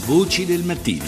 Voci del mattino.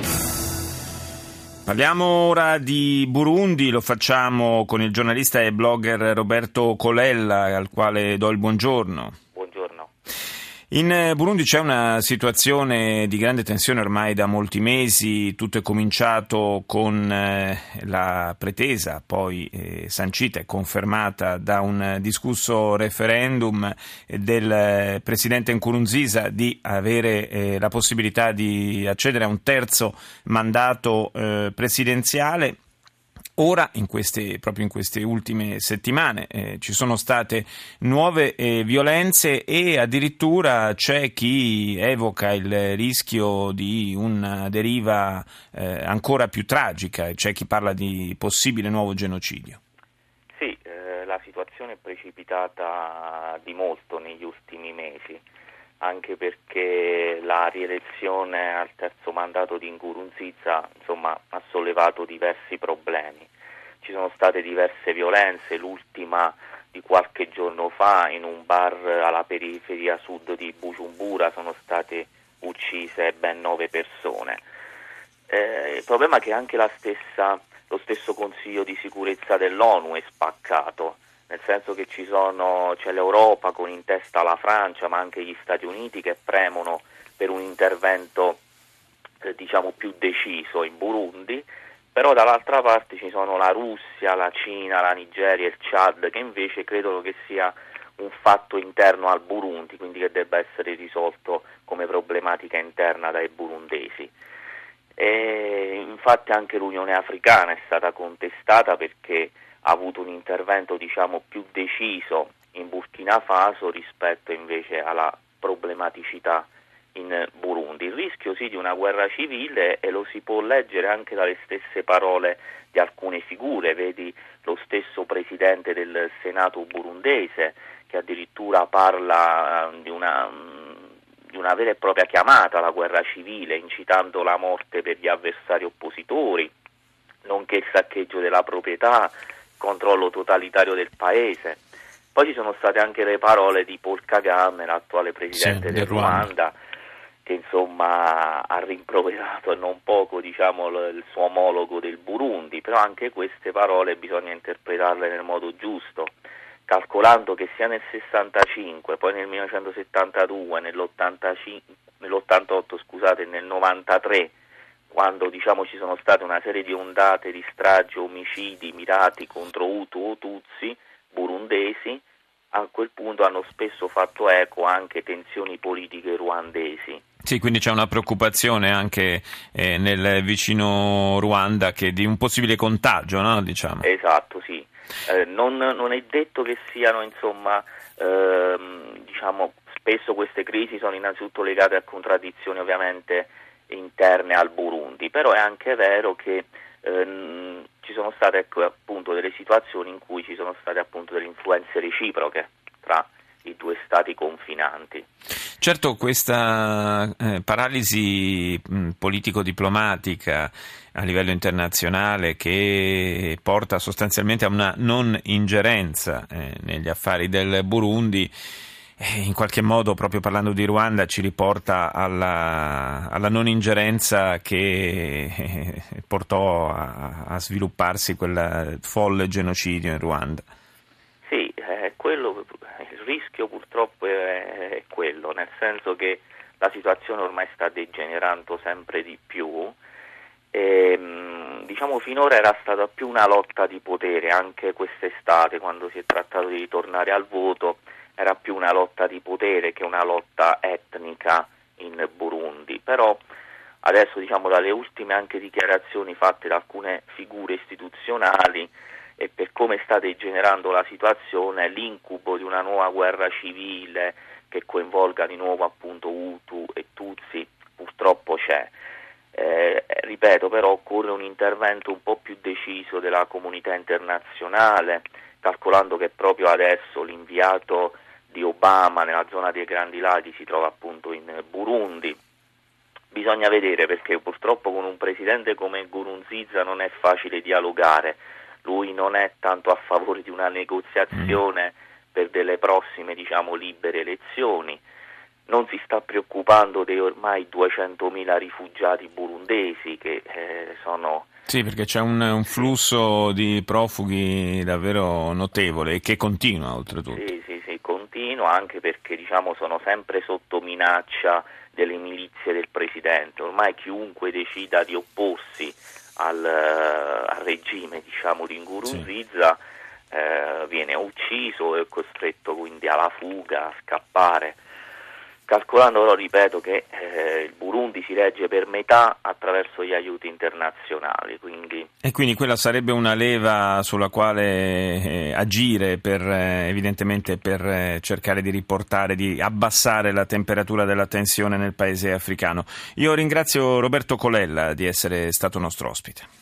Parliamo ora di Burundi, lo facciamo con il giornalista e blogger Roberto Colella, al quale do il buongiorno. Buongiorno. In Burundi c'è una situazione di grande tensione ormai da molti mesi. Tutto è cominciato con la pretesa, poi sancita e confermata da un discusso referendum del presidente Nkurunziza di avere la possibilità di accedere a un terzo mandato presidenziale. Ora, proprio in queste ultime settimane, ci sono state nuove violenze e addirittura c'è chi evoca il rischio di una deriva ancora più tragica, c'è chi parla di possibile nuovo genocidio. Sì, la situazione è precipitata di molto negli ultimi mesi, anche perché la rielezione al terzo mandato di Nkurunziza, ha sollevato diversi problemi. Ci sono state diverse violenze, l'ultima di qualche giorno fa in un bar alla periferia sud di Bujumbura sono state uccise ben 9 persone. Il problema è che anche lo stesso Consiglio di sicurezza dell'ONU è spaccato, nel senso che c'è l'Europa con in testa la Francia, ma anche gli Stati Uniti che premono per un intervento più deciso in Burundi, però dall'altra parte ci sono la Russia, la Cina, la Nigeria e il Chad che invece credono che sia un fatto interno al Burundi, quindi che debba essere risolto come problematica interna dai burundesi. E infatti anche l'Unione Africana è stata contestata perché ha avuto un intervento più deciso in Burkina Faso rispetto invece alla problematicità in Burundi. Il rischio di una guerra civile e lo si può leggere anche dalle stesse parole di alcune figure, vedi lo stesso presidente del Senato burundese che addirittura parla di una vera e propria chiamata alla guerra civile, incitando la morte per gli avversari oppositori, nonché il saccheggio della proprietà, controllo totalitario del paese. Poi ci sono state anche le parole di Paul Kagame, l'attuale presidente del Ruanda, che ha rimproverato non poco il suo omologo del Burundi, però anche queste parole bisogna interpretarle nel modo giusto, calcolando che sia nel 65, poi nel 1972, nell'88 e nel 93, quando ci sono state una serie di ondate di stragi, omicidi mirati contro Hutu o Tutsi burundesi, a quel punto hanno spesso fatto eco anche tensioni politiche ruandesi. Sì, quindi c'è una preoccupazione anche nel vicino Ruanda di un possibile contagio, no? Esatto, sì. Non è detto che siano, spesso queste crisi sono innanzitutto legate a contraddizioni ovviamente interne al Burundi, però è anche vero che ci sono state appunto delle situazioni in cui ci sono state appunto delle influenze reciproche tra i due stati confinanti. Certo, questa paralisi politico-diplomatica a livello internazionale che porta sostanzialmente a una non ingerenza negli affari del Burundi, in qualche modo, proprio parlando di Ruanda, ci riporta alla non ingerenza che portò a svilupparsi quel folle genocidio in Ruanda. Sì, il rischio purtroppo è quello, nel senso che la situazione ormai sta degenerando sempre di più e finora era stata più una lotta di potere, anche quest'estate quando si è trattato di ritornare al voto era più una lotta di potere che una lotta etnica in Burundi, però adesso dalle ultime anche dichiarazioni fatte da alcune figure istituzionali e per come sta degenerando la situazione, l'incubo di una nuova guerra civile che coinvolga di nuovo appunto Hutu e Tutsi purtroppo c'è. Ripeto, però occorre un intervento un po' più deciso della comunità internazionale, calcolando che proprio adesso l'inviato di Obama nella zona dei Grandi Laghi si trova appunto in Burundi. Bisogna vedere, perché purtroppo con un presidente come Nkurunziza non è facile dialogare. Lui non è tanto a favore di una negoziazione per delle prossime libere elezioni. non si sta preoccupando dei ormai 200.000 rifugiati burundesi che sono... Sì, perché c'è un flusso di profughi davvero notevole e che continua oltretutto. Sì, continua, anche perché sono sempre sotto minaccia delle milizie del presidente. Ormai chiunque decida di opporsi al regime di Nkurunziza viene ucciso e costretto quindi alla fuga, a scappare. Calcolando, ripeto, che il Burundi si regge per metà attraverso gli aiuti internazionali. E quindi quella sarebbe una leva sulla quale agire evidentemente per cercare di riportare, di abbassare la temperatura della tensione nel paese africano. Io ringrazio Roberto Colella di essere stato nostro ospite.